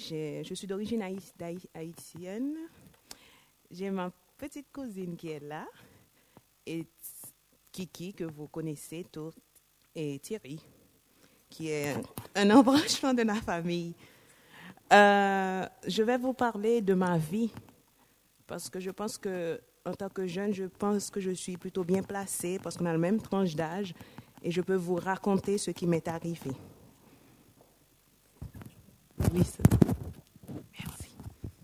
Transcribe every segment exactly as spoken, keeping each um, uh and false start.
J'ai, je suis d'origine haï- haï- haïtienne. J'ai ma petite cousine qui est là, et Kiki, que vous connaissez tous, et Thierry, qui est un embranchement de la famille. Euh, je vais vous parler de ma vie, parce que je pense que, en tant que jeune, je pense que je suis plutôt bien placée, parce qu'on a le même tranche d'âge, et je peux vous raconter ce qui m'est arrivé. Oui, ça. Merci.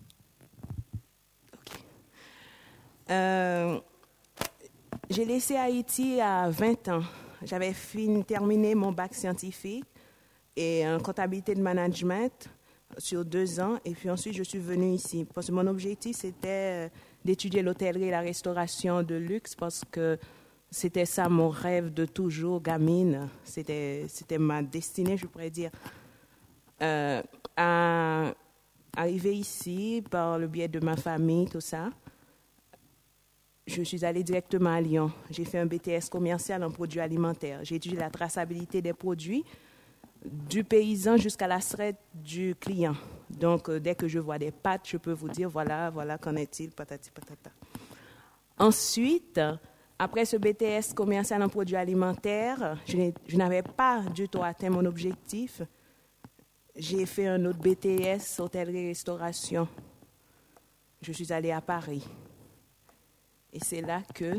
Ok. Euh, j'ai laissé Haïti à vingt ans. J'avais fini, terminé mon bac scientifique et en comptabilité de management sur deux ans. Et puis ensuite, je suis venue ici. Parce que mon objectif, c'était d'étudier l'hôtellerie et la restauration de luxe parce que c'était ça mon rêve de toujours, gamine. C'était, c'était ma destinée, je pourrais dire. Euh, à arriver ici par le biais de ma famille, tout ça, je suis allée directement à Lyon. J'ai fait un B T S commercial en produits alimentaires. J'ai étudié la traçabilité des produits du paysan jusqu'à la traite du client. Donc, euh, dès que je vois des pâtes, je peux vous dire, voilà, voilà, qu'en est-il, patati patata. Ensuite, après ce B T S commercial en produits alimentaires, je, n'ai, je n'avais pas du tout atteint mon objectif. J'ai fait un autre B T S, hôtellerie-restauration. Je suis allée à Paris. Et c'est là que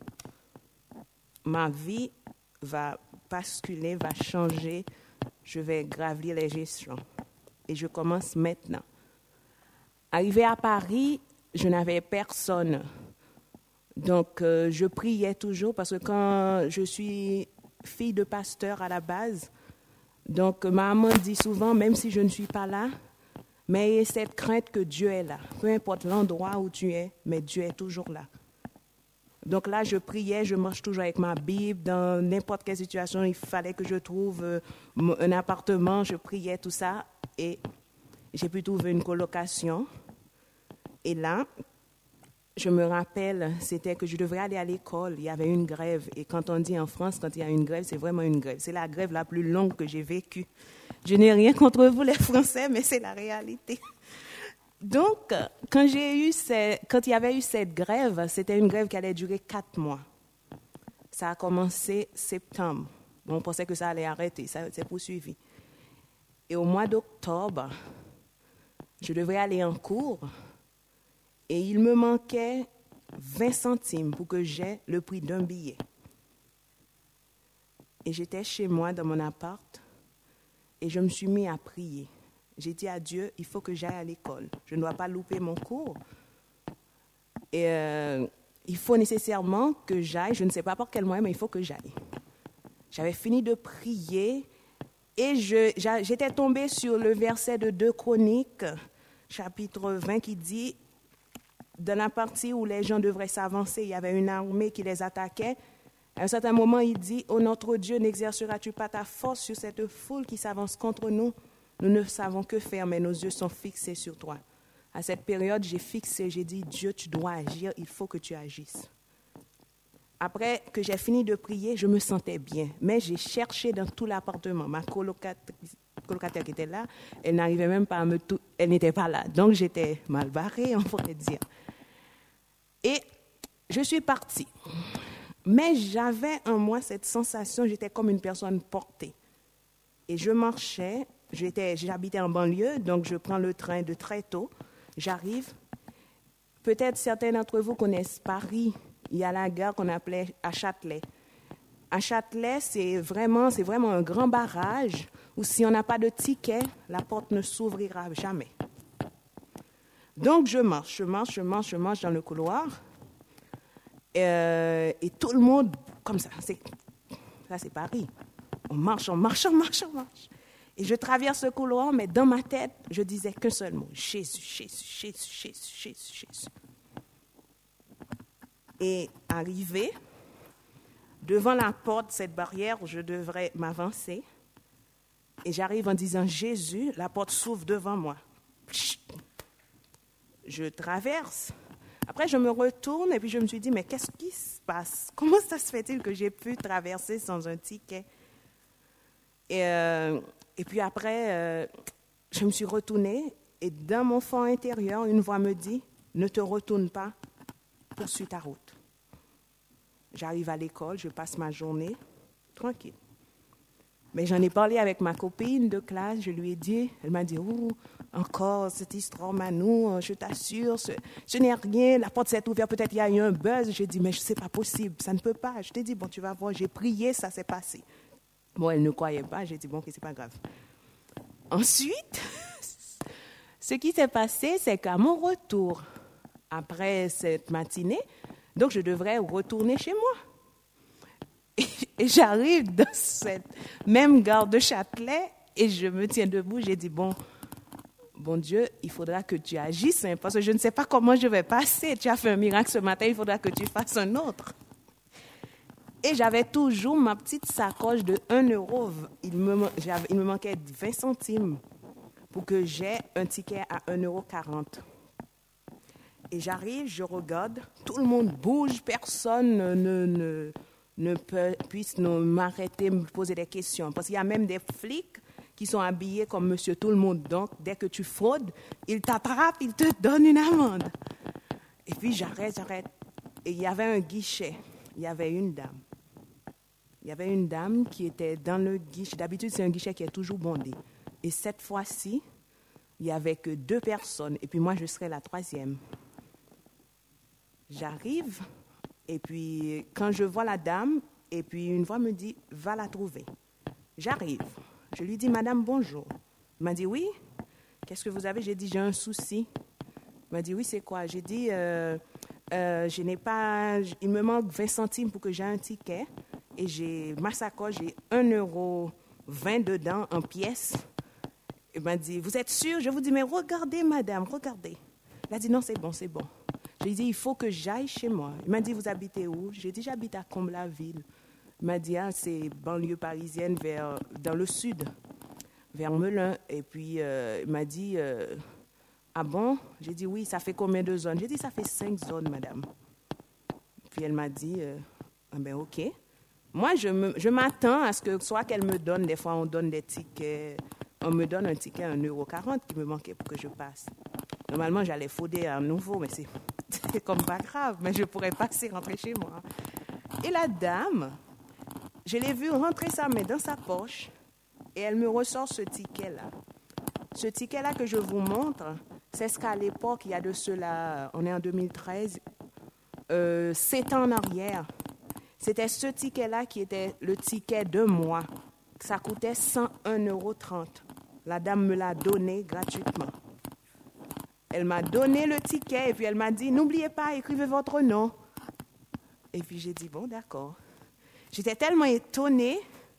ma vie va basculer, va changer. Je vais gravir les gestions. Et je commence maintenant. Arrivée à Paris, je n'avais personne. Donc, euh, je priais toujours parce que quand je suis fille de pasteur à la base, donc ma maman dit souvent, même si je ne suis pas là, mais il y a cette crainte que Dieu est là. Peu importe l'endroit où tu es, mais Dieu est toujours là. Donc là, je priais, je marche toujours avec ma Bible. Dans n'importe quelle situation, il fallait que je trouve euh, un appartement. Je priais, tout ça. Et j'ai pu trouver une colocation. Et là, je me rappelle, c'était que je devrais aller à l'école. Il y avait une grève. Et quand on dit en France, quand il y a une grève, c'est vraiment une grève. C'est la grève la plus longue que j'ai vécue. Je n'ai rien contre vous, les Français, mais c'est la réalité. Donc, quand, j'ai eu ces, quand il y avait eu cette grève, c'était une grève qui allait durer quatre mois. Ça a commencé septembre. Bon, on pensait que ça allait arrêter, ça s'est poursuivi. Et au mois d'octobre, je devrais aller en cours et il me manquait vingt centimes pour que j'aie le prix d'un billet. Et j'étais chez moi dans mon appart et je me suis mis à prier. J'ai dit à Dieu, il faut que j'aille à l'école. Je ne dois pas louper mon cours. Et euh, il faut nécessairement que j'aille. Je ne sais pas par quel moyen, mais il faut que j'aille. J'avais fini de prier et je, j'étais tombée sur le verset de deux Chroniques, chapitre vingt, qui dit, dans la partie où les gens devraient s'avancer, il y avait une armée qui les attaquait. À un certain moment, il dit, « Ô notre Dieu, n'exerceras-tu pas ta force sur cette foule qui s'avance contre nous ? Nous ne savons que faire, mais nos yeux sont fixés sur toi. » À cette période, j'ai fixé, j'ai dit, Dieu, tu dois agir, il faut que tu agisses. Après que j'ai fini de prier, je me sentais bien, mais j'ai cherché dans tout l'appartement. Ma colocataire, colocataire qui était là, elle n'arrivait même pas à me... Tou- elle n'était pas là, donc j'étais mal barrée, on pourrait dire. Et je suis partie. Mais j'avais en moi cette sensation, j'étais comme une personne portée. Et je marchais... J'étais, j'habitais en banlieue, donc je prends le train de très tôt. J'arrive. Peut-être certains d'entre vous connaissent Paris. Il y a la gare qu'on appelait à Châtelet. À Châtelet, c'est vraiment, c'est vraiment un grand barrage où si on n'a pas de ticket, la porte ne s'ouvrira jamais. Donc je marche, je marche, je marche, je marche dans le couloir. Et, euh, et tout le monde, comme ça, c'est, ça c'est Paris. On marche, on marche, on marche, on marche. Et je traverse le couloir, mais dans ma tête, je disais qu'un seul mot. Jésus, Jésus, Jésus, Jésus, Jésus, Jésus. Et arrivé, devant la porte, cette barrière où je devrais m'avancer, et j'arrive en disant Jésus, la porte s'ouvre devant moi. Je traverse. Après, je me retourne et puis je me suis dit, mais qu'est-ce qui se passe? Comment ça se fait-il que j'ai pu traverser sans un ticket? Et... Euh, Et puis après, euh, je me suis retournée Et dans mon fort intérieur, une voix me dit, ne te retourne pas, poursuis ta route. J'arrive à l'école, je passe ma journée tranquille. Mais j'en ai parlé avec ma copine de classe, je lui ai dit, elle m'a dit, oh, encore cette histoire, Manou, je t'assure, ce, ce n'est rien, la porte s'est ouverte, peut-être il y a eu un buzz. J'ai dit, mais ce n'est pas possible, ça ne peut pas. Je t'ai dit, bon, tu vas voir, j'ai prié, ça s'est passé. Bon, elle ne croyait pas, j'ai dit, bon, ok, c'est pas grave. Ensuite, ce qui s'est passé, c'est qu'à mon retour, après cette matinée, donc je devrais retourner chez moi. Et, et j'arrive dans cette même gare de Châtelet et je me tiens debout. J'ai dit, bon, bon Dieu, il faudra que tu agisses, hein, parce que je ne sais pas comment je vais passer. Tu as fait un miracle ce matin, il faudra que tu fasses un autre. Et j'avais toujours ma petite sacoche de un euro. Il me, il me manquait vingt centimes pour que j'aie un ticket à un euro quarante. Et j'arrive, je regarde, tout le monde bouge, personne ne... ne ne peut, puisse nous m'arrêter, me poser des questions. Parce qu'il y a même des flics qui sont habillés comme monsieur tout le monde. Donc, dès que tu fraudes, ils t'attrapent, ils te donnent une amende. Et puis, j'arrête, j'arrête. Et il y avait un guichet. Il y avait une dame. Il y avait une dame qui était dans le guichet. D'habitude, c'est un guichet qui est toujours bondé. Et cette fois-ci, il n'y avait que deux personnes. Et puis, moi, je serais la troisième. J'arrive... Et puis, quand je vois la dame, et puis une voix me dit, va la trouver. J'arrive. Je lui dis, madame, bonjour. Elle m'a dit, oui. Qu'est-ce que vous avez? J'ai dit, j'ai un souci. Elle m'a dit, oui, c'est quoi? J'ai dit, euh, euh, je n'ai pas, il me manque vingt centimes pour que j'ai un ticket. Et j'ai ma sacoche, j'ai un euro vingt dedans en pièces. Elle m'a dit, vous êtes sûre? Je vous dis, mais regardez, madame, regardez. Elle a dit, non, c'est bon, c'est bon. J'ai dit, il faut que j'aille chez moi. Il m'a dit, vous habitez où? J'ai dit, j'habite à Comble-la-Ville. Il m'a dit, ah, c'est banlieue parisienne vers, dans le sud, vers Melun. Et puis, euh, il m'a dit, euh, ah bon? J'ai dit, oui, ça fait combien de zones? J'ai dit, ça fait cinq zones, madame. Puis elle m'a dit, euh, ah ben ok. Moi, je, me, je m'attends à ce que soit qu'elle me donne, des fois on donne des tickets, on me donne un ticket à un euro quarante qui me manquait pour que je passe. Normalement, j'allais frauder à nouveau, mais c'est... C'est comme pas grave, mais je pourrais passer, rentrer chez moi. Et la dame, je l'ai vue rentrer sa main dans sa poche et elle me ressort ce ticket-là. Ce ticket-là que je vous montre, c'est ce qu'à l'époque, il y a de cela, on est en deux mille treize, euh, sept ans en arrière. C'était ce ticket-là qui était le ticket de mois. Ça coûtait cent un euros trente. La dame me l'a donné gratuitement. Elle m'a donné le ticket et puis elle m'a dit, n'oubliez pas, écrivez votre nom. Et puis j'ai dit, bon, d'accord. J'étais tellement étonnée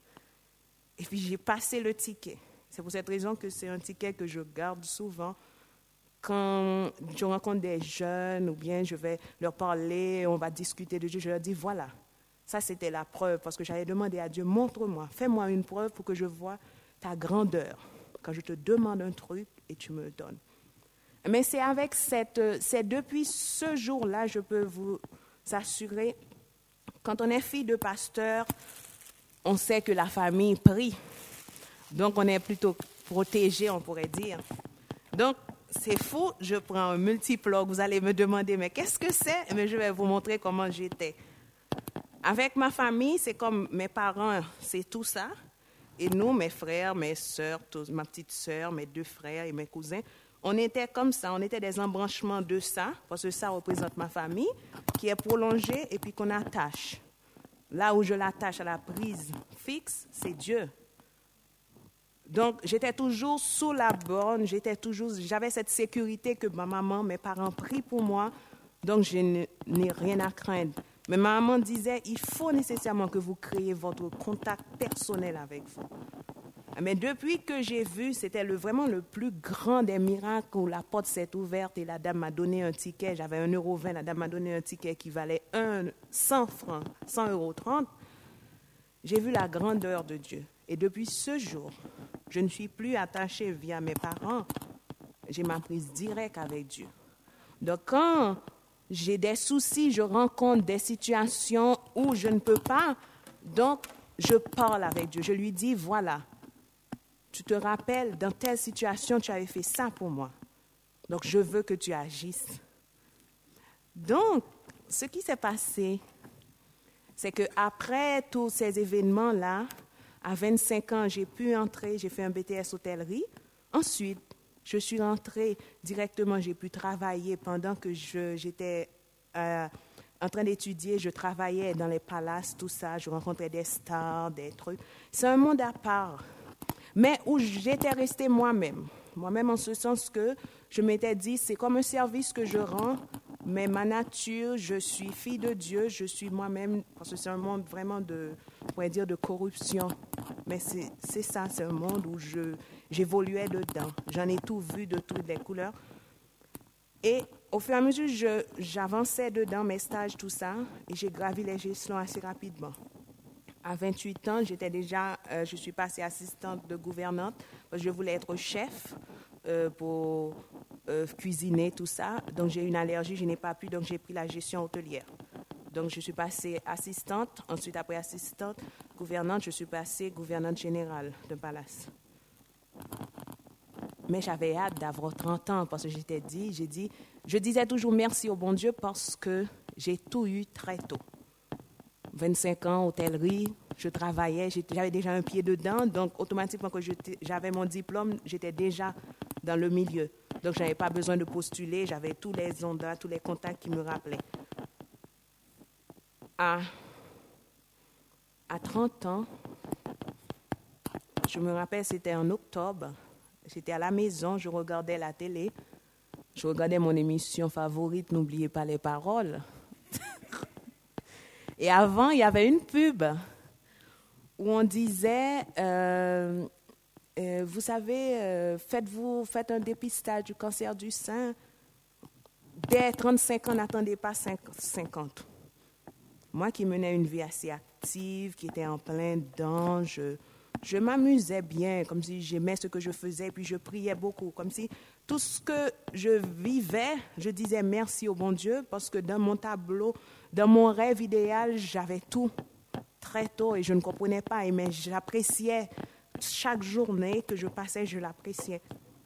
et puis j'ai passé le ticket. C'est pour cette raison que c'est un ticket que je garde souvent quand je rencontre des jeunes ou bien je vais leur parler, on va discuter de Dieu. Je leur dis, voilà, ça c'était la preuve parce que j'avais demandé à Dieu, montre-moi, fais-moi une preuve pour que je vois ta grandeur. Quand je te demande un truc et tu me le donnes. Mais c'est avec cette, c'est depuis ce jour-là, je peux vous assurer, quand on est fille de pasteur, on sait que la famille prie. Donc, on est plutôt protégé, on pourrait dire. Donc, c'est fou, je prends un multiplug. Vous allez me demander, mais qu'est-ce que c'est? Mais je vais vous montrer comment j'étais. Avec ma famille, c'est comme mes parents, c'est tout ça. Et nous, mes frères, mes sœurs, tous, ma petite sœur, mes deux frères et mes cousins, on était comme ça, on était des embranchements de ça, parce que ça représente ma famille, qui est prolongée et puis qu'on attache. Là où je l'attache à la prise fixe, c'est Dieu. Donc, j'étais toujours sous la borne, j'étais toujours, j'avais cette sécurité que ma maman, mes parents prient pour moi, donc je n'ai rien à craindre. Mais ma maman disait, il faut nécessairement que vous créiez votre contact personnel avec vous. Mais depuis que j'ai vu, c'était le, vraiment le plus grand des miracles où la porte s'est ouverte et la dame m'a donné un ticket. J'avais un euro vingt, la dame m'a donné un ticket qui valait un, cent francs, cent euros trente. J'ai vu la grandeur de Dieu. Et depuis ce jour, je ne suis plus attachée via mes parents. J'ai ma prise directe avec Dieu. Donc quand j'ai des soucis, je rencontre des situations où je ne peux pas, donc je parle avec Dieu. Je lui dis, voilà. Tu te rappelles, dans telle situation, tu avais fait ça pour moi. Donc, je veux que tu agisses. Donc, ce qui s'est passé, c'est qu'après tous ces événements-là, à vingt-cinq ans, j'ai pu entrer, j'ai fait un B T S hôtellerie. Ensuite, je suis rentrée directement, j'ai pu travailler pendant que je, j'étais euh, en train d'étudier, je travaillais dans les palaces, tout ça, je rencontrais des stars, des trucs. C'est un monde à part, mais où j'étais restée moi-même. Moi-même en ce sens que je m'étais dit, c'est comme un service que je rends, mais ma nature, je suis fille de Dieu, je suis moi-même, parce que c'est un monde vraiment de, on pourrait dire, de corruption. Mais c'est, c'est ça, c'est un monde où je, j'évoluais dedans. J'en ai tout vu de toutes les couleurs. Et au fur et à mesure, je, j'avançais dedans, mes stages, tout ça, et j'ai gravi les échelons assez rapidement. À vingt-huit ans, j'étais déjà, euh, je suis passée assistante de gouvernante, parce que je voulais être chef euh, pour euh, cuisiner, tout ça. Donc j'ai eu une allergie, je n'ai pas pu, donc j'ai pris la gestion hôtelière. Donc je suis passée assistante, ensuite après assistante, gouvernante, je suis passée gouvernante générale de palace. Mais j'avais hâte d'avoir trente ans, parce que j'étais dit, j'ai dit, je disais toujours merci au bon Dieu parce que j'ai tout eu très tôt. vingt-cinq ans, hôtellerie, je travaillais, j'avais déjà un pied dedans, donc automatiquement quand j'avais mon diplôme, j'étais déjà dans le milieu. Donc je n'avais pas besoin de postuler, j'avais tous les ondats, tous les contacts qui me rappelaient. À, à trente ans, je me rappelle, c'était en octobre, j'étais à la maison, je regardais la télé, je regardais mon émission favorite, N'oubliez pas les paroles. Et avant, il y avait une pub où on disait, euh, euh, vous savez, euh, faites-vous, faites un dépistage du cancer du sein. Dès trente-cinq ans, n'attendez pas cinquante. Moi qui menais une vie assez active, qui était en plein dedans, je, je m'amusais bien, comme si j'aimais ce que je faisais, puis je priais beaucoup, comme si tout ce que je vivais, je disais merci au bon Dieu, parce que dans mon tableau, dans mon rêve idéal, j'avais tout très tôt et je ne comprenais pas, mais j'appréciais chaque journée que je passais, je l'appréciais.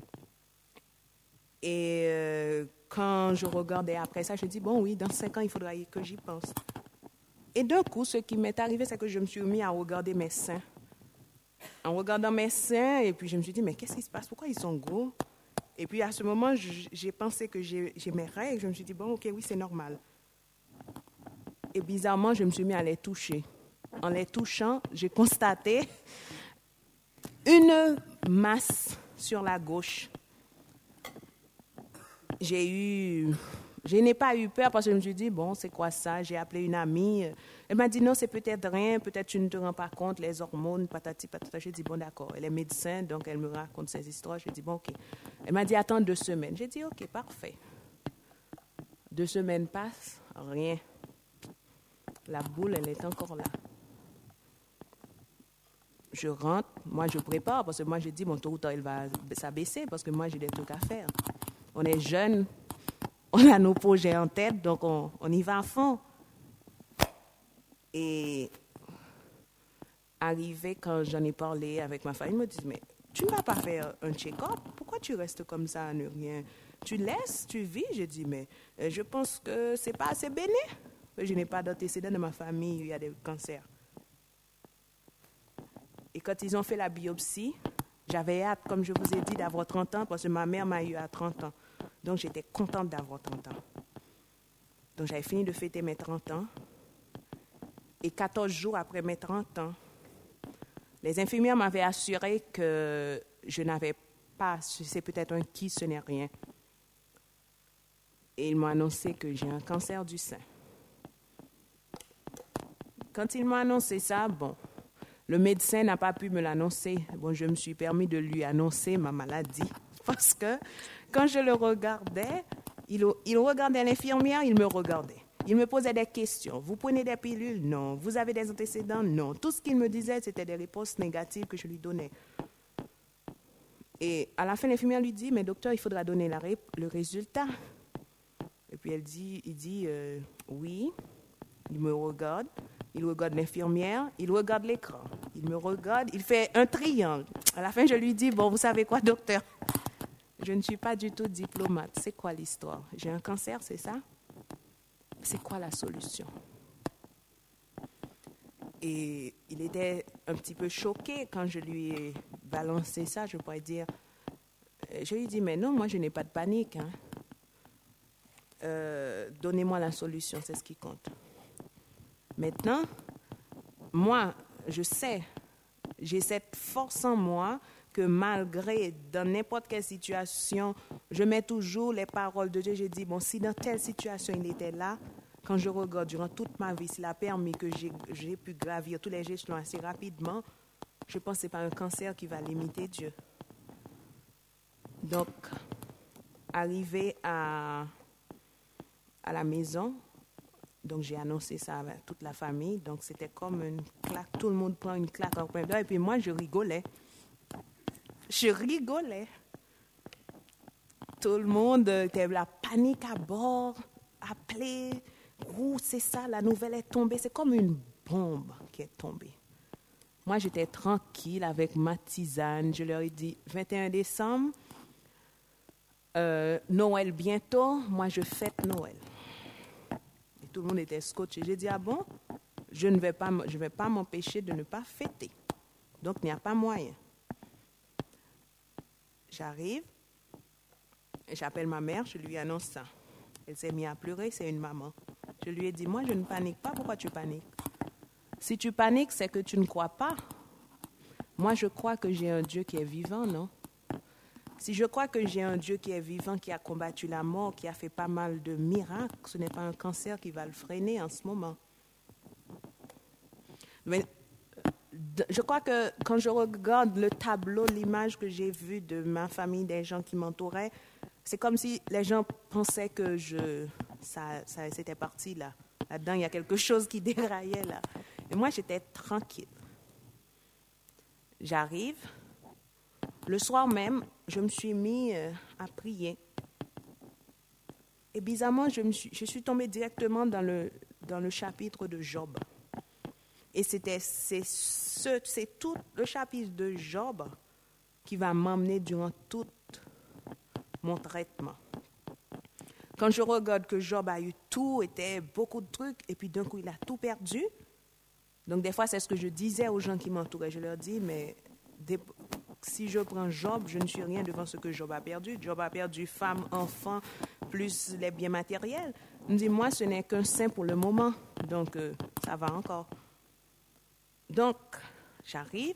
Et euh, quand je regardais après ça, je dis, bon oui, dans cinq ans, il faudra que j'y pense. Et d'un coup, ce qui m'est arrivé, c'est que je me suis mis à regarder mes seins. En regardant mes seins, et puis je me suis dit, mais qu'est-ce qui se passe? Pourquoi ils sont gros? Et puis à ce moment, j'ai pensé que j'ai, j'ai mes règles. Je me suis dit, bon, ok, oui, c'est normal. Et bizarrement, je me suis mis à les toucher. En les touchant, j'ai constaté une masse sur la gauche. J'ai eu... Je n'ai pas eu peur parce que je me suis dit, bon, c'est quoi ça? J'ai appelé une amie. Elle m'a dit, non, c'est peut-être rien, peut-être tu ne te rends pas compte, les hormones, patati, patata. J'ai dit, bon, d'accord. Elle est médecin, donc elle me raconte ses histoires. Je dis, bon, ok. Elle m'a dit, attends deux semaines. J'ai dit, ok, parfait. Deux semaines passent, rien. La boule, elle est encore là. Je rentre, moi je prépare, parce que moi je dis, mon tôt ou tard, il va s'abaisser, parce que moi j'ai des trucs à faire. On est jeunes, on a nos projets en tête, donc on, on y va à fond. Et arrivé, quand j'en ai parlé avec ma famille, ils me disent, mais tu ne vas pas faire un check-up? Pourquoi tu restes comme ça à ne rien? Tu laisses, tu vis? Je dis, mais je pense que c'est pas assez béné. Je n'ai pas d'antécédents de ma famille où il y a des cancers. Et quand ils ont fait la biopsie, j'avais hâte, comme je vous ai dit, d'avoir trente ans, parce que ma mère m'a eu à trente ans. Donc, j'étais contente d'avoir trente ans. Donc, j'avais fini de fêter mes trente ans. Et quatorze jours après mes trente ans, les infirmières m'avaient assuré que je n'avais pas, c'est peut-être un qui, ce n'est rien. Et ils m'ont annoncé que j'ai un cancer du sein. Quand ils m'ont annoncé ça, bon... Le médecin n'a pas pu me l'annoncer. Bon, je me suis permis de lui annoncer ma maladie. Parce que quand je le regardais, il, il regardait l'infirmière, il me regardait. Il me posait des questions. Vous prenez des pilules? Non. Vous avez des antécédents? Non. Tout ce qu'il me disait, c'était des réponses négatives que je lui donnais. Et à la fin, l'infirmière lui dit, mais docteur, il faudra donner la, le résultat. Et puis elle dit, il dit, euh, oui. Il me regarde. Il regarde l'infirmière, il regarde l'écran. Il me regarde, il fait un triangle. À la fin, je lui dis, bon, vous savez quoi, docteur? je ne suis pas du tout diplomate. C'est quoi l'histoire? J'ai un cancer, c'est ça? C'est quoi la solution? Et il était un petit peu choqué quand je lui ai balancé ça, je pourrais dire. Je lui ai dit, mais non, moi je n'ai pas de panique. Hein. Euh, donnez-moi la solution, c'est ce qui compte. Maintenant, moi, je sais, j'ai cette force en moi que malgré, dans n'importe quelle situation, je mets toujours les paroles de Dieu. Je dis, bon, si dans telle situation il était là, quand je regarde durant toute ma vie, s'il a permis que j'ai, j'ai pu gravir tous les échelons assez rapidement, je pense que ce n'est pas un cancer qui va limiter Dieu. Donc, arrivé à, à la maison, donc j'ai annoncé ça à toute la famille, donc c'était comme une claque, tout le monde prend une claque en plein dedans, et puis moi je rigolais. Je rigolais. Tout le monde était la panique à bord, appelé. Oh, c'est ça, la nouvelle est tombée. C'est comme une bombe qui est tombée. Moi, j'étais tranquille avec ma tisane. Je leur ai dit, vingt et un décembre, euh, Noël bientôt. Moi, je fête Noël. Et tout le monde était scotché. J'ai dit, ah bon, je ne vais pas, je vais pas m'empêcher de ne pas fêter. Donc, il n'y a pas moyen. J'arrive, j'appelle ma mère, je lui annonce ça. Elle s'est mise à pleurer, c'est une maman. Je lui ai dit, moi je ne panique pas, pourquoi tu paniques? Si tu paniques, c'est que tu ne crois pas. Moi je crois que j'ai un Dieu qui est vivant, non? Si je crois que j'ai un Dieu qui est vivant, qui a combattu la mort, qui a fait pas mal de miracles, ce n'est pas un cancer qui va le freiner en ce moment. Mais je crois que quand je regarde le tableau, l'image que j'ai vue de ma famille, des gens qui m'entouraient, c'est comme si les gens pensaient que je, ça, ça, c'était parti là. Là-dedans, il y a quelque chose qui déraillait là. Et moi, j'étais tranquille. J'arrive. Le soir même, je me suis mis euh, à prier. Et bizarrement, je, me suis, je suis tombée directement dans le, dans le chapitre de Job. Et c'était, c'est, ce, c'est tout le chapitre de Job qui va m'emmener durant tout mon traitement. Quand je regarde que Job a eu tout, était beaucoup de trucs, et puis d'un coup, il a tout perdu. Donc, des fois, c'est ce que je disais aux gens qui m'entouraient. Je leur dis, mais des, si je prends Job, je ne suis rien devant ce que Job a perdu. Job a perdu femme, enfant, plus les biens matériels. Je me dis, moi, ce n'est qu'un saint pour le moment. Donc, euh, ça va encore. Donc, j'arrive.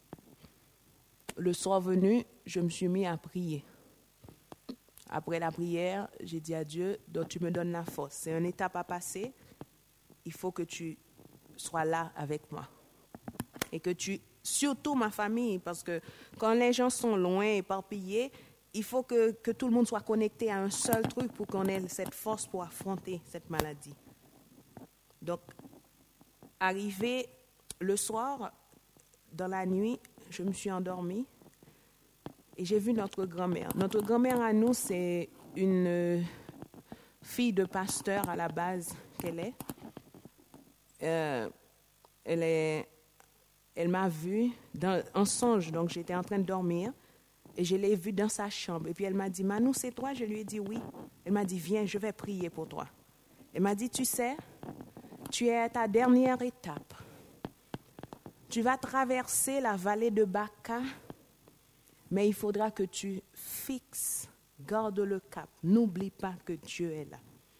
Le soir venu, je me suis mis à prier. Après la prière, j'ai dit à Dieu, donc tu me donnes la force. C'est une étape à passer. Il faut que tu sois là avec moi. Et que tu, surtout ma famille, parce que quand les gens sont loin, éparpillés, il faut que, que tout le monde soit connecté à un seul truc pour qu'on ait cette force pour affronter cette maladie. Donc, arrivé le soir, dans la nuit, je me suis endormie. Et j'ai vu notre grand-mère. Notre grand-mère à nous, c'est une fille de pasteur à la base qu'elle est. Euh, elle est, elle m'a vue dans, en songe, donc j'étais en train de dormir, et je l'ai vue dans sa chambre. Et puis elle m'a dit, Manou, c'est toi? Je lui ai dit oui. Elle m'a dit, viens, je vais prier pour toi. Elle m'a dit, tu sais, tu es à ta dernière étape. Tu vas traverser la vallée de Baca, mais il faudra que tu fixes, garde le cap. N'oublie pas que Dieu est là.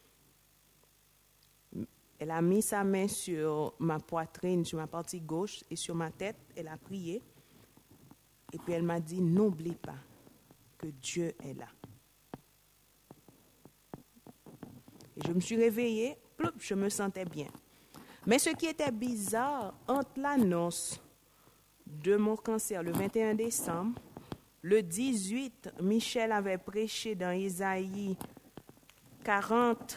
Elle a mis sa main sur ma poitrine, sur ma partie gauche et sur ma tête. Elle a prié. Et puis elle m'a dit, n'oublie pas que Dieu est là. Et je me suis réveillée, ploup, je me sentais bien. Mais ce qui était bizarre, entre l'annonce de mon cancer le vingt et un décembre, le dix-huit, Michel avait prêché dans Ésaïe quarante,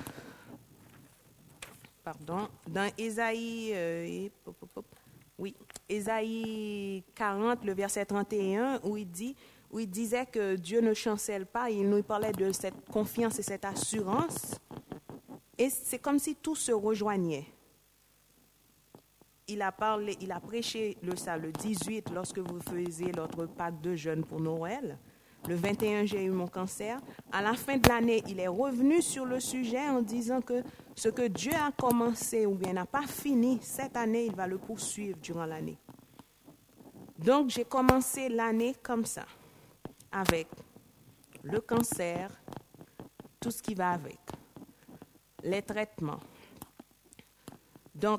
pardon, dans Ésaïe, euh, pop, pop, pop, oui, Ésaïe quarante, le verset trente et un, où il dit, où il disait que Dieu ne chancelle pas, il nous parlait de cette confiance et cette assurance, et c'est comme si tout se rejoignait. Il a parlé, il a prêché le ça le dix-huit lorsque vous faisiez votre Pâques de jeûne pour Noël. Le vingt et un, j'ai eu mon cancer. À la fin de l'année, il est revenu sur le sujet en disant que ce que Dieu a commencé ou bien n'a pas fini cette année, il va le poursuivre durant l'année. Donc, j'ai commencé l'année comme ça, avec le cancer, tout ce qui va avec, les traitements. Donc,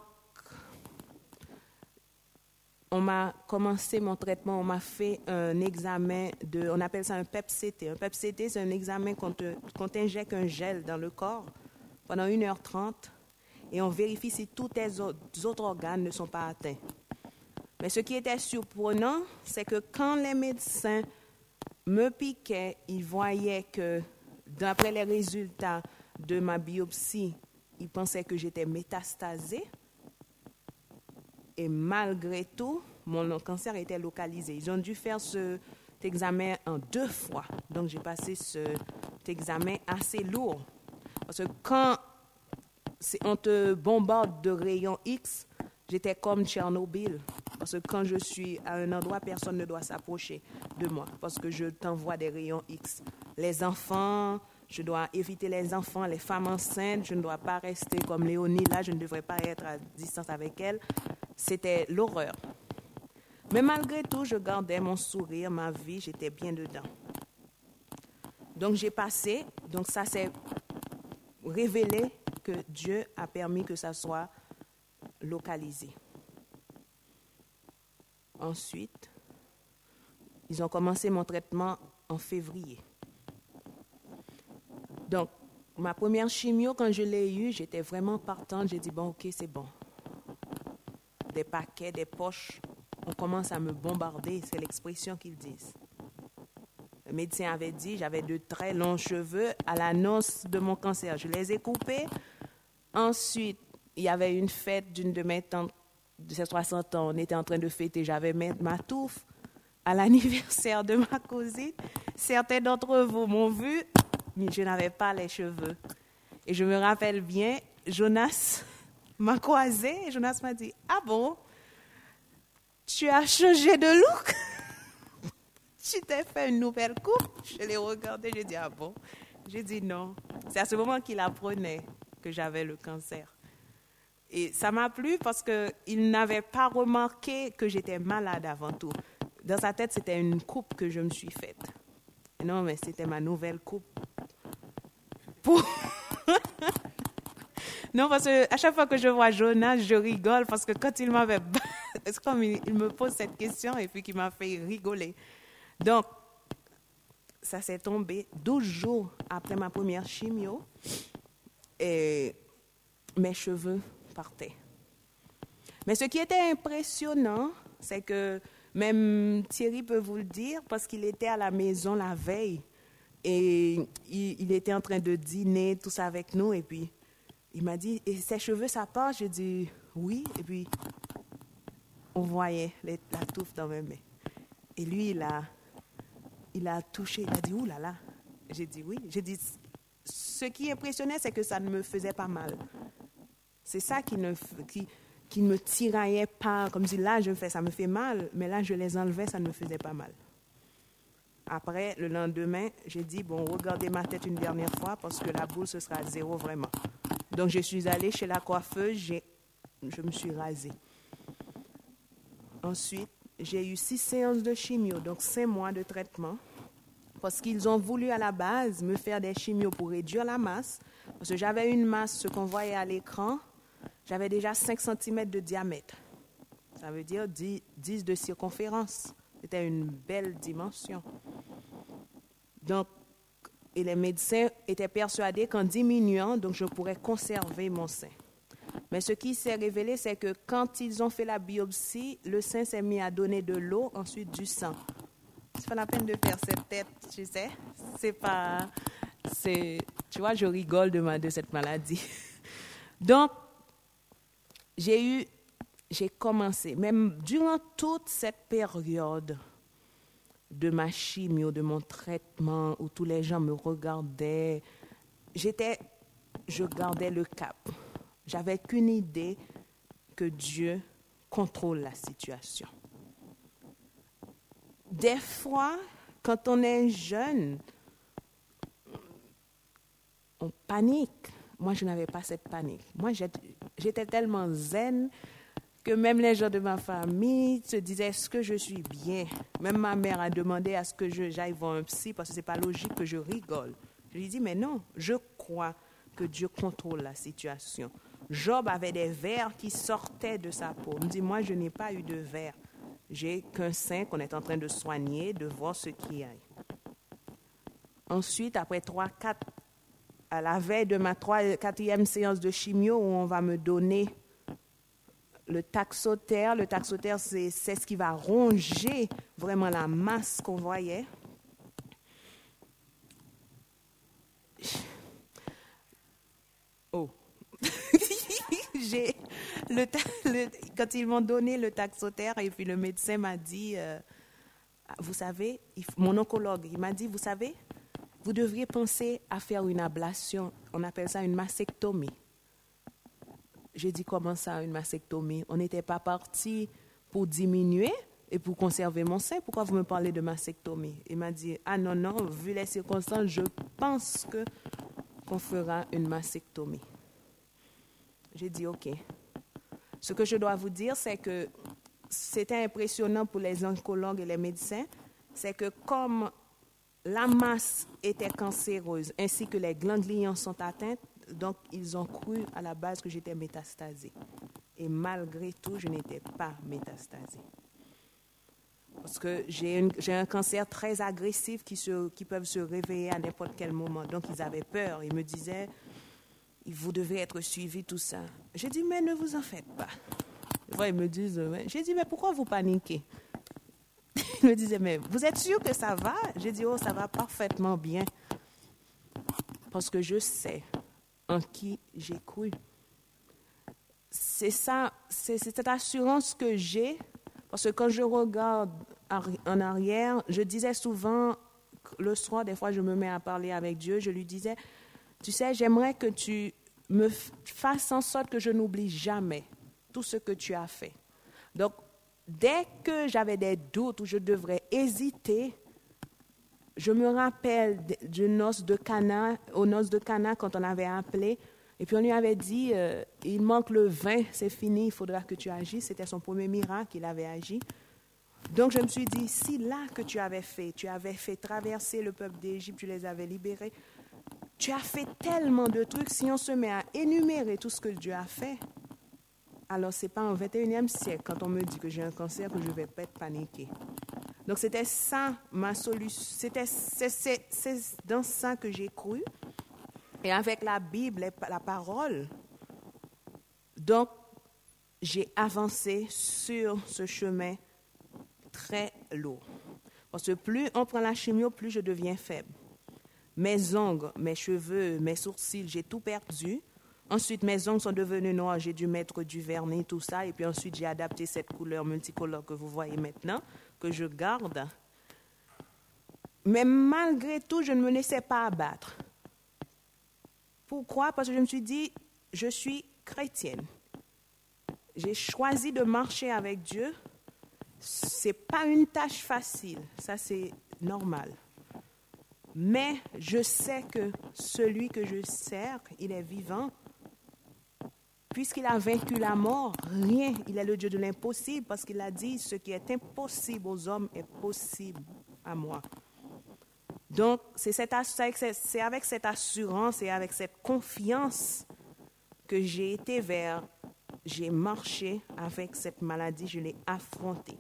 on m'a commencé mon traitement, on m'a fait un examen de, on appelle ça un P E P C T. Un P E P C T, c'est un examen qu'on qu'on t'injecte un gel dans le corps pendant une heure trente et on vérifie si tous tes autres organes ne sont pas atteints. Mais ce qui était surprenant, c'est que quand les médecins me piquaient, ils voyaient que, d'après les résultats de ma biopsie, ils pensaient que j'étais métastasée. Et malgré tout, mon cancer était localisé. Ils ont dû faire cet examen en deux fois. Donc, j'ai passé cet examen assez lourd. Parce que quand on te bombarde de rayons X, j'étais comme Tchernobyl. Parce que quand je suis à un endroit, personne ne doit s'approcher de moi. Parce que je t'envoie des rayons X. Les enfants, je dois éviter les enfants, les femmes enceintes. Je ne dois pas rester comme Léonie. Là, je ne devrais pas être à distance avec elle. C'était l'horreur. Mais malgré tout, je gardais mon sourire, ma vie, j'étais bien dedans. Donc j'ai passé, donc ça s'est révélé que Dieu a permis que ça soit localisé. Ensuite, ils ont commencé mon traitement en février. Donc, ma première chimio, quand je l'ai eue, j'étais vraiment partante. J'ai dit, bon, ok, c'est bon. Des paquets, des poches, on commence à me bombarder, c'est l'expression qu'ils disent. Le médecin avait dit, j'avais de très longs cheveux à l'annonce de mon cancer. Je les ai coupés. Ensuite, il y avait une fête d'une de mes tantes de ses soixante ans. On était en train de fêter, j'avais ma touffe à l'anniversaire de ma cousine. Certains d'entre vous m'ont vu, mais je n'avais pas les cheveux. Et je me rappelle bien, Jonas m'a croisé et Jonas m'a dit, ah bon, tu as changé de look? Tu t'es fait une nouvelle coupe? Je l'ai regardé, j'ai dit, ah bon? J'ai dit non. C'est à ce moment qu'il apprenait que j'avais le cancer. Et ça m'a plu parce qu'il n'avait pas remarqué que j'étais malade avant tout. Dans sa tête, c'était une coupe que je me suis faite. Non, mais c'était ma nouvelle coupe. Pour... Non, parce qu'à chaque fois que je vois Jonas, je rigole parce que quand il m'avait... C'est comme il, il me pose cette question et puis qu'il m'a fait rigoler. Donc, ça s'est tombé douze jours après ma première chimio et mes cheveux partaient. Mais ce qui était impressionnant, c'est que même Thierry peut vous le dire parce qu'il était à la maison la veille et il, il était en train de dîner, tout ça avec nous et puis il m'a dit, et ses cheveux, ça part? J'ai dit, oui. Et puis, on voyait les, la touffe dans mes mains. Et lui, il a, il a touché, il a dit, ouh là là. J'ai dit, oui. J'ai dit, ce qui impressionnait, c'est que ça ne me faisait pas mal. C'est ça qui ne qui, qui me tiraillait pas. Comme si là, je fais, ça me fait mal, mais là, je les enlevais, ça ne me faisait pas mal. Après, le lendemain, j'ai dit, bon, regardez ma tête une dernière fois parce que la boule, ce sera zéro vraiment. Donc, je suis allée chez la coiffeuse, j'ai, je me suis rasée. Ensuite, j'ai eu six séances de chimio, donc cinq mois de traitement, parce qu'ils ont voulu à la base me faire des chimios pour réduire la masse, parce que j'avais une masse, ce qu'on voyait à l'écran, j'avais déjà cinq centimètres de diamètre. Ça veut dire dix, dix de circonférence. C'était une belle dimension. Donc, et les médecins étaient persuadés qu'en diminuant, donc je pourrais conserver mon sein. Mais ce qui s'est révélé, c'est que quand ils ont fait la biopsie, le sein s'est mis à donner de l'eau, ensuite du sang. C'est pas la peine de faire cette tête, tu sais. C'est pas... C'est, tu vois, je rigole de, ma, de cette maladie. Donc, j'ai eu... J'ai commencé, même durant toute cette période de ma chimio, de mon traitement, où tous les gens me regardaient, j'étais, je gardais le cap. J'avais qu'une idée que Dieu contrôle la situation. Des fois, quand on est jeune, on panique. Moi, je n'avais pas cette panique. Moi, j'étais tellement zen que même les gens de ma famille se disaient, est-ce que je suis bien? Même ma mère a demandé à ce que je, j'aille voir un psy parce que ce n'est pas logique que je rigole. Je lui dis, mais non, je crois que Dieu contrôle la situation. Job avait des vers qui sortaient de sa peau. Il me dit, moi, je n'ai pas eu de vers. J'ai qu'un sein qu'on est en train de soigner, de voir ce qu'il y a. Ensuite, après trois, quatre, à la veille de ma trois, quatrième séance de chimio, où on va me donner le taxotère. Le taxotère, c'est, c'est ce qui va ronger vraiment la masse qu'on voyait. Oh. J'ai le, le, quand ils m'ont donné le taxotère, et puis le médecin m'a dit, euh, vous savez, il, mon oncologue, il m'a dit, vous savez, vous devriez penser à faire une ablation. On appelle ça une mastectomie. J'ai dit, comment ça, une mastectomie? On n'était pas parti pour diminuer et pour conserver mon sein. Pourquoi vous me parlez de mastectomie? Il m'a dit, ah non, non, vu les circonstances, je pense que qu'on fera une mastectomie. J'ai dit, OK. Ce que je dois vous dire, c'est que c'était impressionnant pour les oncologues et les médecins, c'est que comme la masse était cancéreuse, ainsi que les ganglions sont atteintes, donc ils ont cru à la base que j'étais métastasée. Et malgré tout, je n'étais pas métastasée. Parce que j'ai, une, j'ai un cancer très agressif qui, se, qui peuvent se réveiller à n'importe quel moment. Donc ils avaient peur. Ils me disaient, vous devez être suivi, tout ça. J'ai dit, mais ne vous en faites pas. Ils me disent, j'ai dit, mais pourquoi vous paniquez? Ils me disaient, mais vous êtes sûr que ça va? J'ai dit, oh, ça va parfaitement bien. Parce que je sais en qui j'ai cru. C'est ça, c'est, c'est cette assurance que j'ai. Parce que quand je regarde en arrière, je disais souvent, le soir, des fois, je me mets à parler avec Dieu, je lui disais, tu sais, j'aimerais que tu me fasses en sorte que je n'oublie jamais tout ce que tu as fait. Donc, dès que j'avais des doutes ou je devrais hésiter, je me rappelle du noce de Cana, aux noces de Cana, quand on avait appelé, et puis on lui avait dit, euh, il manque le vin, c'est fini, il faudra que tu agisses. C'était son premier miracle, il avait agi. Donc je me suis dit, si là que tu avais fait, tu avais fait traverser le peuple d'Égypte, tu les avais libérés, tu as fait tellement de trucs, si on se met à énumérer tout ce que Dieu a fait, alors ce n'est pas au vingt et unième siècle, quand on me dit que j'ai un cancer, que je ne vais pas être paniquée. Donc c'était ça ma solution, c'était, c'est, c'est, c'est dans ça que j'ai cru. Et avec la Bible, la parole, donc j'ai avancé sur ce chemin très lourd. Parce que plus on prend la chimio, plus je deviens faible. Mes ongles, mes cheveux, mes sourcils, j'ai tout perdu. Ensuite, mes ongles sont devenus noirs, j'ai dû mettre du vernis, tout ça. Et puis ensuite, j'ai adapté cette couleur multicolore que vous voyez maintenant, que je garde. Mais malgré tout, je ne me laissais pas abattre. Pourquoi? Parce que je me suis dit, je suis chrétienne. J'ai choisi de marcher avec Dieu. Ce n'est pas une tâche facile, ça c'est normal. Mais je sais que celui que je sers, il est vivant. Puisqu'il a vaincu la mort, rien, il est le Dieu de l'impossible, parce qu'il a dit, ce qui est impossible aux hommes est possible à moi. Donc, c'est, cette, c'est avec cette assurance et avec cette confiance que j'ai été vers, j'ai marché avec cette maladie, je l'ai affrontée.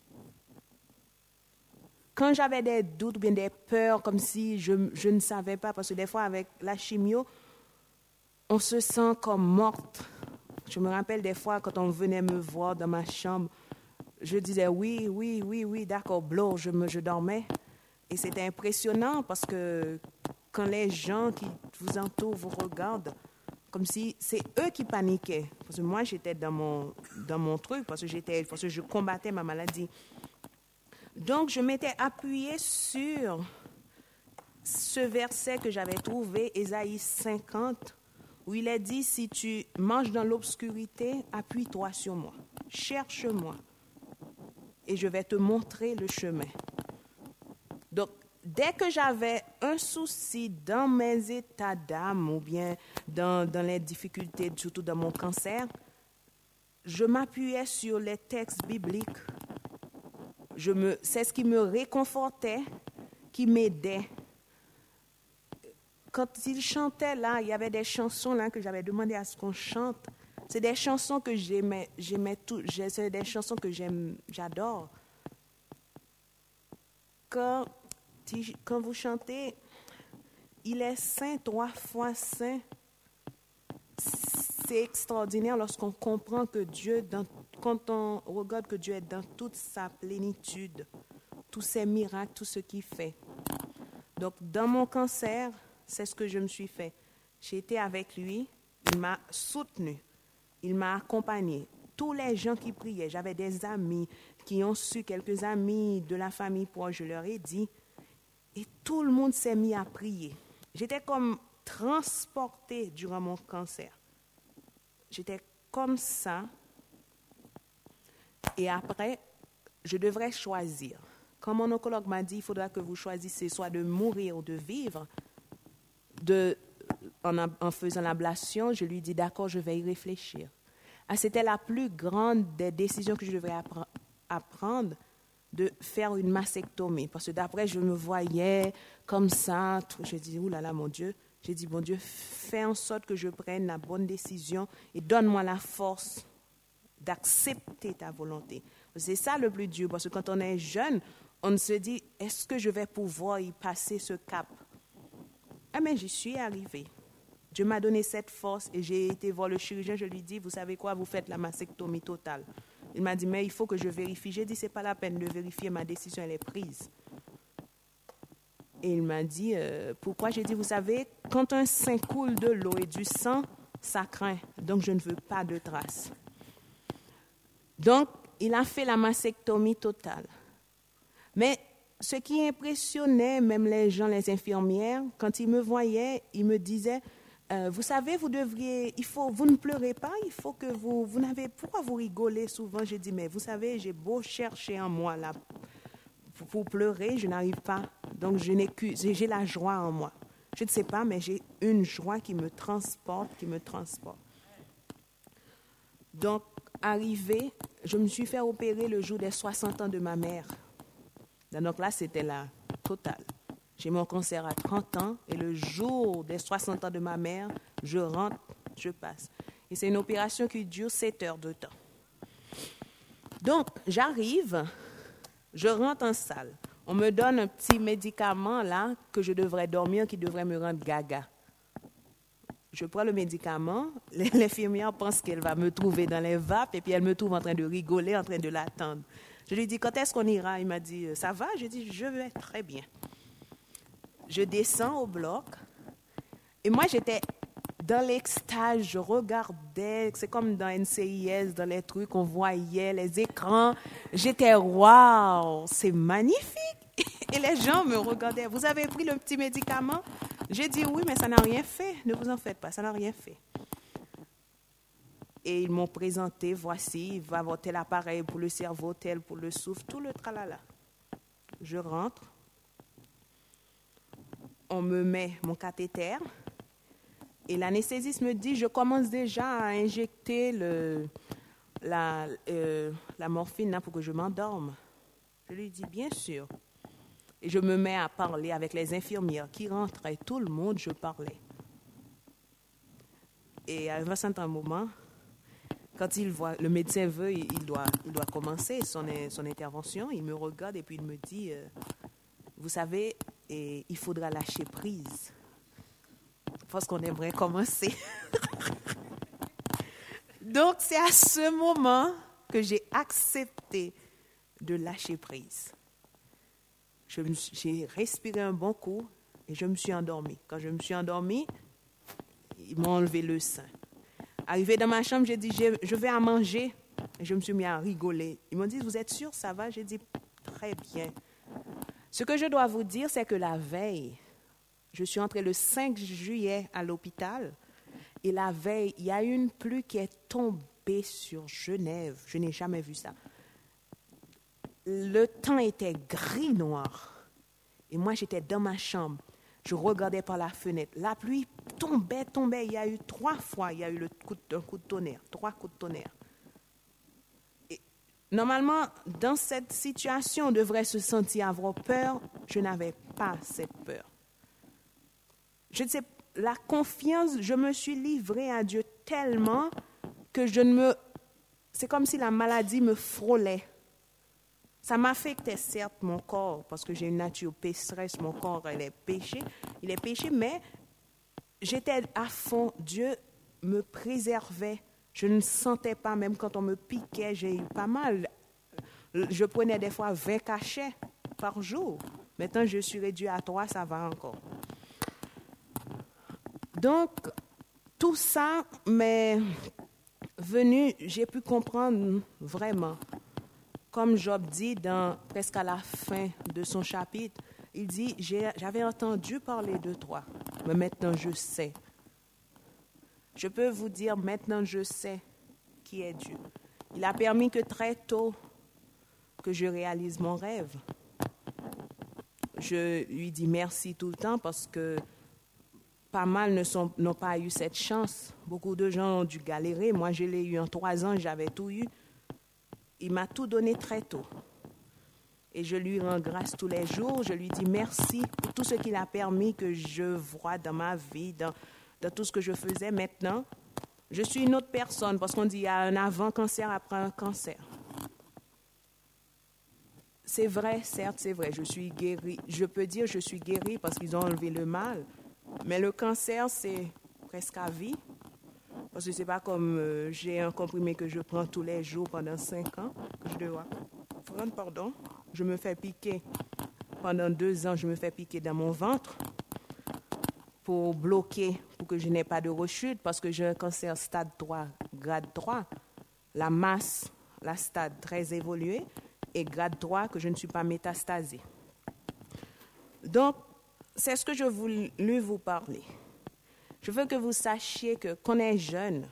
Quand j'avais des doutes ou bien des peurs, comme si je, je ne savais pas, parce que des fois avec la chimio, on se sent comme morte. Je me rappelle des fois quand on venait me voir dans ma chambre, je disais oui, oui, oui, oui, d'accord, blow, je, me, je dormais. Et c'était impressionnant parce que quand les gens qui vous entourent vous regardent, comme si c'est eux qui paniquaient. Parce que moi, j'étais dans mon, dans mon truc, parce que, j'étais, parce que je combattais ma maladie. Donc, je m'étais appuyée sur ce verset que j'avais trouvé, Ésaïe cinquante, où il est dit, si tu marches dans l'obscurité, appuie-toi sur moi, cherche-moi, et je vais te montrer le chemin. Donc, dès que j'avais un souci dans mes états d'âme ou bien dans, dans les difficultés, surtout dans mon cancer, je m'appuyais sur les textes bibliques. Je me, c'est ce qui me réconfortait, qui m'aidait. Quand il chantait là, il y avait des chansons là que j'avais demandé à ce qu'on chante. C'est des chansons que j'aimais, j'aimais tout, c'est des chansons que j'aime, j'adore. Quand, quand vous chantez, il est saint, trois fois saint. C'est extraordinaire lorsqu'on comprend que Dieu, dans, quand on regarde que Dieu est dans toute sa plénitude, tous ses miracles, tout ce qu'il fait. Donc, dans mon cancer, c'est ce que je me suis fait. J'ai été avec lui, il m'a soutenu, il m'a accompagné. Tous les gens qui priaient, j'avais des amis qui ont su, quelques amis de la famille proche, je leur ai dit, et tout le monde s'est mis à prier. J'étais comme transportée durant mon cancer. J'étais comme ça. Et après, je devrais choisir. Quand mon oncologue m'a dit, il faudra que vous choisissez soit de mourir ou de vivre, de, en, en faisant l'ablation, je lui dis, d'accord, je vais y réfléchir. Ah, c'était la plus grande des décisions que je devrais appre- apprendre, de faire une mastectomie. Parce que d'après, je me voyais comme ça. Je dis, oulala, là là, mon Dieu. J'ai dit, bon Dieu, fais en sorte que je prenne la bonne décision et donne-moi la force d'accepter ta volonté. C'est ça le plus dur, parce que quand on est jeune, on se dit, est-ce que je vais pouvoir y passer ce cap? Ah, mais j'y suis arrivée. Dieu m'a donné cette force et j'ai été voir le chirurgien, je lui dis, vous savez quoi, vous faites la mastectomie totale. Il m'a dit, mais il faut que je vérifie. J'ai dit, c'est pas la peine de vérifier, ma décision, elle est prise. Et il m'a dit, euh, pourquoi? J'ai dit, vous savez, quand un sein coule de l'eau et du sang, ça craint. Donc, je ne veux pas de traces. Donc, il a fait la mastectomie totale. Mais ce qui impressionnait même les gens, les infirmières, quand ils me voyaient, ils me disaient, euh, vous savez, vous devriez, il faut, vous ne pleurez pas, il faut que vous, vous n'avez, pourquoi vous rigolez souvent? J'ai dit, mais vous savez, j'ai beau chercher en moi là, pour, pour pleurer, je n'arrive pas. Donc, je n'ai que, j'ai la joie en moi. Je ne sais pas, mais j'ai une joie qui me transporte, qui me transporte. Donc, arrivé, je me suis fait opérer le jour des soixante ans de ma mère. Donc là, c'était la totale. J'ai mon cancer à trente ans et le jour des soixante ans de ma mère, je rentre, je passe. Et c'est une opération qui dure sept heures de temps. Donc, j'arrive, je rentre en salle. On me donne un petit médicament là que je devrais dormir, qui devrait me rendre gaga. Je prends le médicament, l'infirmière pense qu'elle va me trouver dans les vapes et puis elle me trouve en train de rigoler, en train de l'attendre. Je lui dis, quand est-ce qu'on ira? Il m'a dit, ça va? Je dis, je vais très bien. Je descends au bloc et moi j'étais dans l'extase, je regardais, c'est comme dans N C I S, dans les trucs, on voyait les écrans. J'étais, waouh, c'est magnifique. Et les gens me regardaient, vous avez pris le petit médicament? J'ai dit oui, mais ça n'a rien fait. Ne vous en faites pas, ça n'a rien fait. Et ils m'ont présenté, voici, il va avoir tel appareil pour le cerveau, tel pour le souffle, tout le tralala. Je rentre, on me met mon cathéter et l'anesthésiste me dit, je commence déjà à injecter le, la, euh, la morphine là, pour que je m'endorme. Je lui dis, bien sûr. Et je me mets à parler avec les infirmières qui rentraient, tout le monde, je parlais. Et à un certain moment, quand il voit, le médecin veut, il doit, il doit commencer son, son intervention, il me regarde et puis il me dit, euh, vous savez, et il faudra lâcher prise, parce qu'on aimerait commencer. Donc, c'est à ce moment que j'ai accepté de lâcher prise. Je me suis, j'ai respiré un bon coup et je me suis endormie. Quand je me suis endormie, ils m'ont enlevé le sein. Arrivé dans ma chambre, j'ai dit, je, je vais à manger. Et je me suis mis à rigoler. Ils m'ont dit, vous êtes sûr, ça va? J'ai dit, très bien. Ce que je dois vous dire, c'est que la veille, je suis entrée le cinq juillet à l'hôpital. Et la veille, il y a une pluie qui est tombée sur Genève. Je n'ai jamais vu ça. Le temps était gris-noir. Et moi, j'étais dans ma chambre. Je regardais par la fenêtre. La pluie tombait, tombait. Il y a eu trois fois, il y a eu le coup de, un coup de tonnerre, trois coups de tonnerre. Et normalement, dans cette situation, on devrait se sentir avoir peur. Je n'avais pas cette peur. Je ne sais, la confiance, je me suis livrée à Dieu tellement que je ne me... C'est comme si la maladie me frôlait. Ça m'affectait certes mon corps, parce que j'ai une nature pécheresse, mon corps il est péché, il est péché, mais j'étais à fond, Dieu me préservait, je ne sentais pas, même quand on me piquait, j'ai eu pas mal, je prenais des fois vingt cachets par jour, maintenant je suis réduit à trois, ça va encore. Donc, tout ça m'est venu, j'ai pu comprendre vraiment. Comme Job dit dans, presque à la fin de son chapitre, il dit, j'ai, j'avais entendu parler de toi, mais maintenant je sais. Je peux vous dire, maintenant je sais qui est Dieu. Il a permis que très tôt, que je réalise mon rêve. Je lui dis merci tout le temps parce que pas mal ne sont, n'ont pas eu cette chance. Beaucoup de gens ont dû galérer. Moi, je l'ai eu en trois ans, j'avais tout eu. Il m'a tout donné très tôt. Et je lui rends grâce tous les jours. Je lui dis merci pour tout ce qu'il a permis que je vois dans ma vie, dans, dans tout ce que je faisais. Maintenant, je suis une autre personne parce qu'on dit qu'il y a un avant-cancer après un cancer. C'est vrai, certes, c'est vrai. Je suis guérie. Je peux dire que je suis guérie parce qu'ils ont enlevé le mal. Mais le cancer, c'est presque à vie. Parce que ce n'est pas comme euh, j'ai un comprimé que je prends tous les jours pendant cinq ans, que je dois prendre, pardon. Je me fais piquer. Pendant deux ans, je me fais piquer dans mon ventre pour bloquer, pour que je n'ai pas de rechute, parce que j'ai un cancer stade trois, grade trois. La masse, la stade très évoluée, et grade trois, que je ne suis pas métastasée. Donc, c'est ce que je voulais vous parler. Je veux que vous sachiez que quand on est jeune,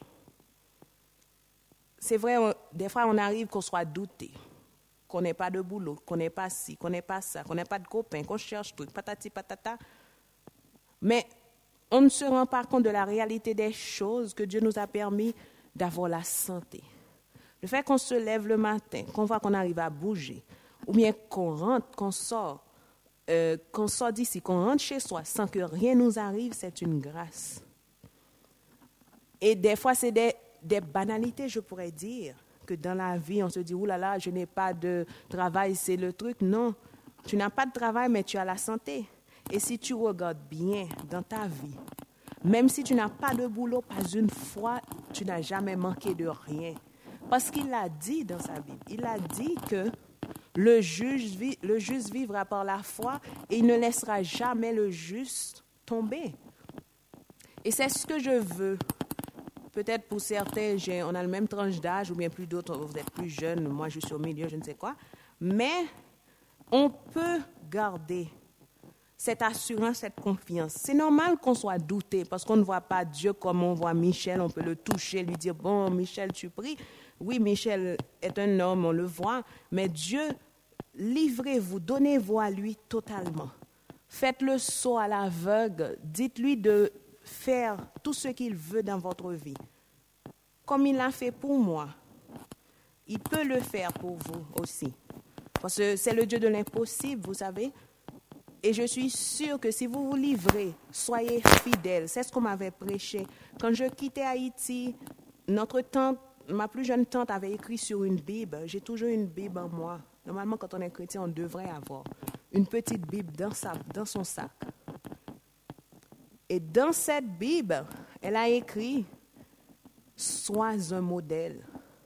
c'est vrai, on, des fois on arrive qu'on soit douté, qu'on n'ait pas de boulot, qu'on n'ait pas ci, qu'on n'ait pas ça, qu'on n'ait pas de copains, qu'on cherche tout, patati patata. Mais on ne se rend pas compte de la réalité des choses, que Dieu nous a permis d'avoir la santé. Le fait qu'on se lève le matin, qu'on voit qu'on arrive à bouger, ou bien qu'on rentre, qu'on sort, Euh, qu'on sort d'ici, qu'on rentre chez soi sans que rien nous arrive, c'est une grâce. Et des fois, c'est des, des banalités, je pourrais dire, que dans la vie, on se dit, « Ouh là là, je n'ai pas de travail, c'est le truc. » Non, tu n'as pas de travail, mais tu as la santé. Et si tu regardes bien dans ta vie, même si tu n'as pas de boulot, pas une fois, tu n'as jamais manqué de rien. Parce qu'il a dit dans sa Bible, il a dit que Le, juge, le juste vivra par la foi et il ne laissera jamais le juste tomber. Et c'est ce que je veux. Peut-être pour certains, j'ai, on a le même tranche d'âge ou bien plus d'autres, vous êtes plus jeunes, moi je suis au milieu, je ne sais quoi. Mais on peut garder cette assurance, cette confiance. C'est normal qu'on soit douté parce qu'on ne voit pas Dieu comme on voit Michel, on peut le toucher, lui dire, bon Michel, tu pries. Oui, Michel est un homme, on le voit, mais Dieu, livrez-vous, donnez-vous à lui totalement. Faites le saut à l'aveugle, dites-lui de faire tout ce qu'il veut dans votre vie. Comme il l'a fait pour moi, il peut le faire pour vous aussi. Parce que c'est le Dieu de l'impossible, vous savez. Et je suis sûre que si vous vous livrez, soyez fidèles. C'est ce qu'on m'avait prêché. Quand je quittais Haïti, notre tante, ma plus jeune tante avait écrit sur une Bible. J'ai toujours une Bible en moi. Normalement, quand on est chrétien, on devrait avoir une petite Bible dans, sa, dans son sac. Et dans cette Bible, elle a écrit « Sois un modèle ».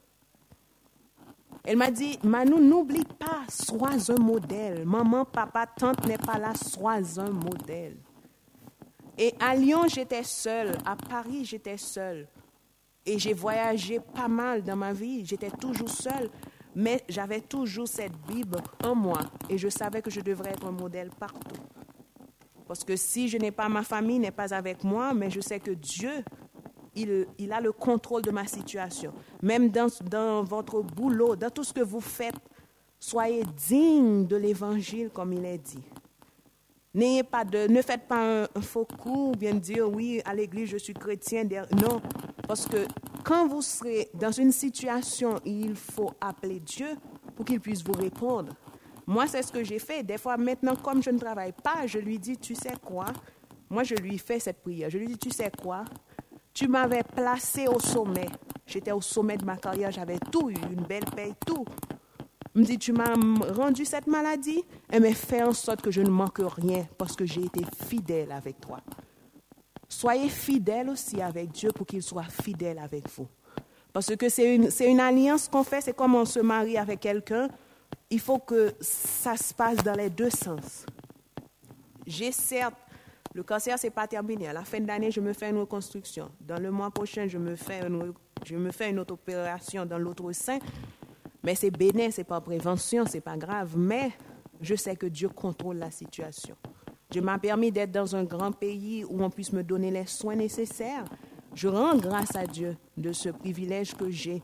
Elle m'a dit « Manu, n'oublie pas, sois un modèle. Maman, papa, tante n'est pas là, sois un modèle. » Et à Lyon, j'étais seule. À Paris, j'étais seule. Et j'ai voyagé pas mal dans ma vie. J'étais toujours seule. Mais j'avais toujours cette Bible en moi. Et je savais que je devrais être un modèle partout. Parce que si je n'ai pas ma famille, n'est pas avec moi, mais je sais que Dieu, il, il a le contrôle de ma situation. Même dans, dans votre boulot, dans tout ce que vous faites, soyez digne de l'Évangile comme il est dit. N'ayez pas de, ne faites pas un, un faux coup ou bien dire oui, à l'église, je suis chrétien. Non, parce que quand vous serez dans une situation où il faut appeler Dieu pour qu'il puisse vous répondre. Moi, c'est ce que j'ai fait. Des fois, maintenant, comme je ne travaille pas, je lui dis, tu sais quoi? Moi, je lui fais cette prière. Je lui dis, tu sais quoi? Tu m'avais placé au sommet. J'étais au sommet de ma carrière, j'avais tout eu, une belle paye, tout. Il me dit, tu m'as rendu cette maladie, mais fais en sorte que je ne manque rien parce que j'ai été fidèle avec toi. Soyez fidèles aussi avec Dieu pour qu'il soit fidèle avec vous. Parce que c'est une, c'est une alliance qu'on fait, c'est comme on se marie avec quelqu'un. Il faut que ça se passe dans les deux sens. J'ai certes, le cancer, ce n'est pas terminé. À la fin de l'année, je me fais une reconstruction. Dans le mois prochain, je me fais une, je me fais une autre opération dans l'autre sein. Mais c'est bénin, ce n'est pas prévention, ce n'est pas grave. Mais je sais que Dieu contrôle la situation. Dieu m'a permis d'être dans un grand pays où on puisse me donner les soins nécessaires. Je rends grâce à Dieu de ce privilège que j'ai.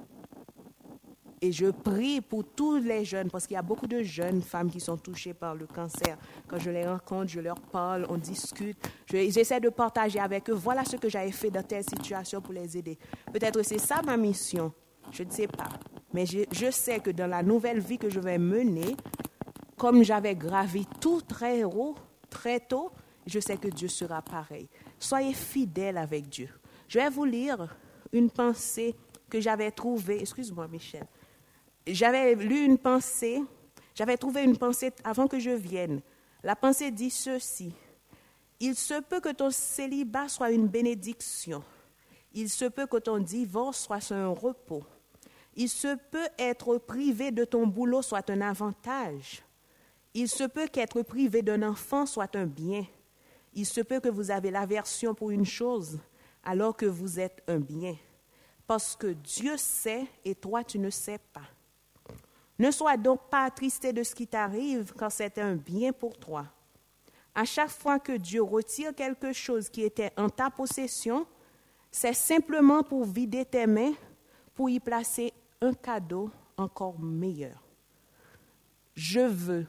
Et je prie pour tous les jeunes, parce qu'il y a beaucoup de jeunes femmes qui sont touchées par le cancer. Quand je les rencontre, je leur parle, on discute. Je, j'essaie de partager avec eux. Voilà ce que j'avais fait dans telle situation pour les aider. Peut-être c'est ça ma mission. Je ne sais pas. Mais je, je sais que dans la nouvelle vie que je vais mener, comme j'avais gravi tout très haut, très tôt, je sais que Dieu sera pareil. Soyez fidèles avec Dieu. Je vais vous lire une pensée que j'avais trouvée. Excuse-moi, Michel. J'avais lu une pensée, j'avais trouvé une pensée avant que je vienne. La pensée dit ceci. Il se peut que ton célibat soit une bénédiction. Il se peut que ton divorce soit un repos. Il se peut être privé de ton boulot soit un avantage. Il se peut qu'être privé d'un enfant soit un bien. Il se peut que vous avez l'aversion pour une chose alors que vous êtes un bien. Parce que Dieu sait et toi tu ne sais pas. Ne sois donc pas attristé de ce qui t'arrive quand c'est un bien pour toi. À chaque fois que Dieu retire quelque chose qui était en ta possession, c'est simplement pour vider tes mains, pour y placer un cadeau encore meilleur. Je veux.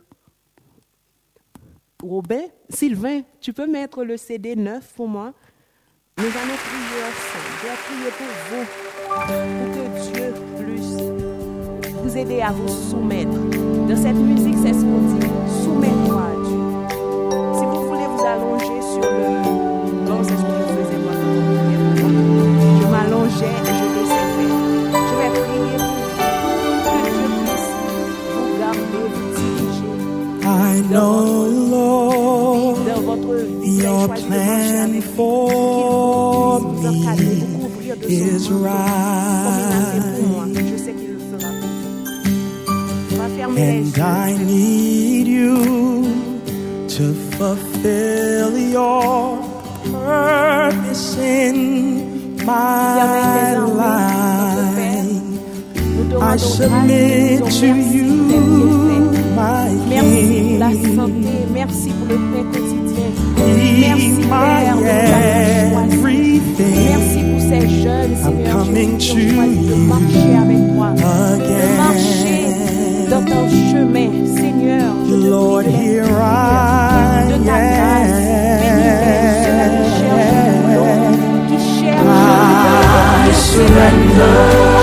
Robin, Sylvain, tu peux mettre le C D neuf pour moi? Nous allons prier ensemble. Je vais prier pour vous, pour que Dieu puisse vous aider à vous soumettre. Dans cette musique, c'est ce qu'on dit. Soumets-toi à Dieu. Si vous voulez vous allonger sur le... Bon, c'est ce que je faisais moi quand on priait pour moi. Je m'allongeais et je laissais faire. Je vais prier pour que Dieu puisse vous garder, vous diriger. I know, Lord, dans votre vie, your plan for me is right. Je sais qu'il le fera pour vous. And I need you to fulfill your purpose in my life. I submit to you, my Merci pour la King. santé, merci pour le pain quotidien. Be Merci my Père de nous avoir choisis. everything. Merci pour ces jeunes, Seigneur, coming Jésus, to qui ont choisi de marcher avec toi, de again. marcher dans ton chemin, Seigneur. Je te Lord, prie de les here bénir I de ta grâce. Bénis les ceux qui cherchent le boulot, qui cherchent I le surrender.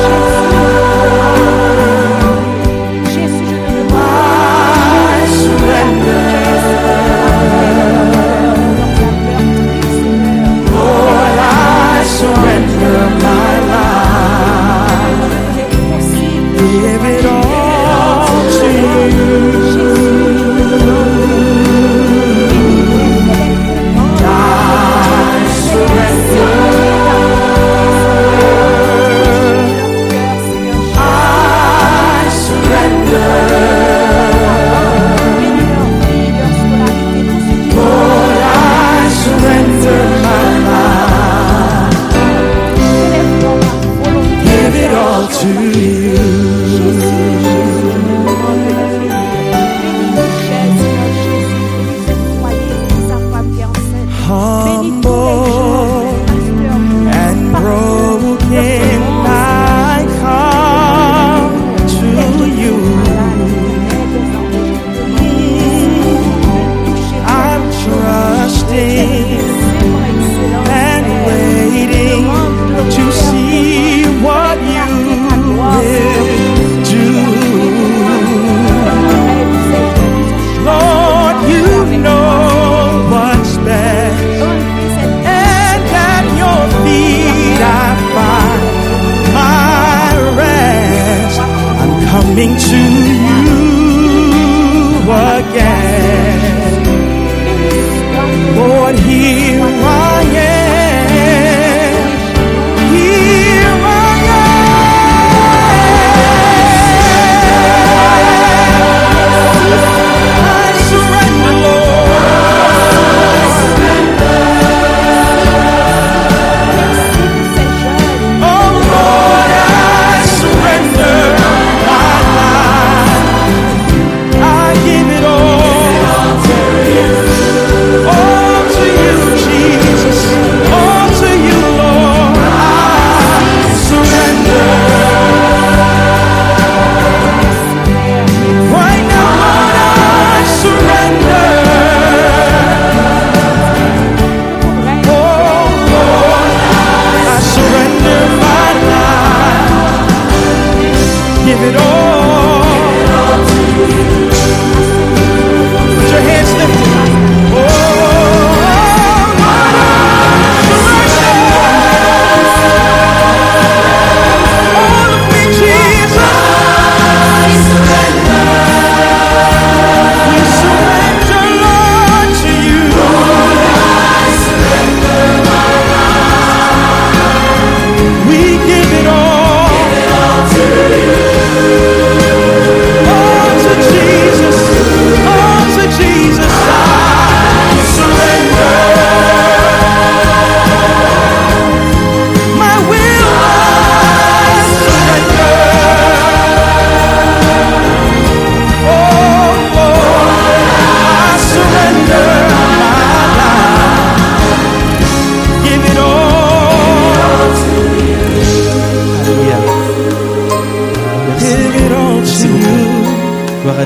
Jésus, je te demande. I surrender. Lord, I surrender my life. Give it all to you. I surrender. I surrender. Lord, I surrender my life. Give it all to you. Humble and broken, I come to you. I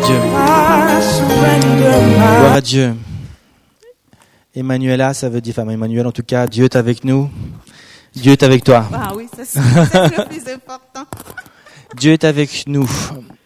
Dieu. I surrender Gloire my à Dieu. Emmanuela, ça veut dire, enfin Emmanuel en tout cas, Dieu est avec nous. Dieu est avec toi. Ah oui, c'est ça, c'est le plus important. Dieu est avec nous.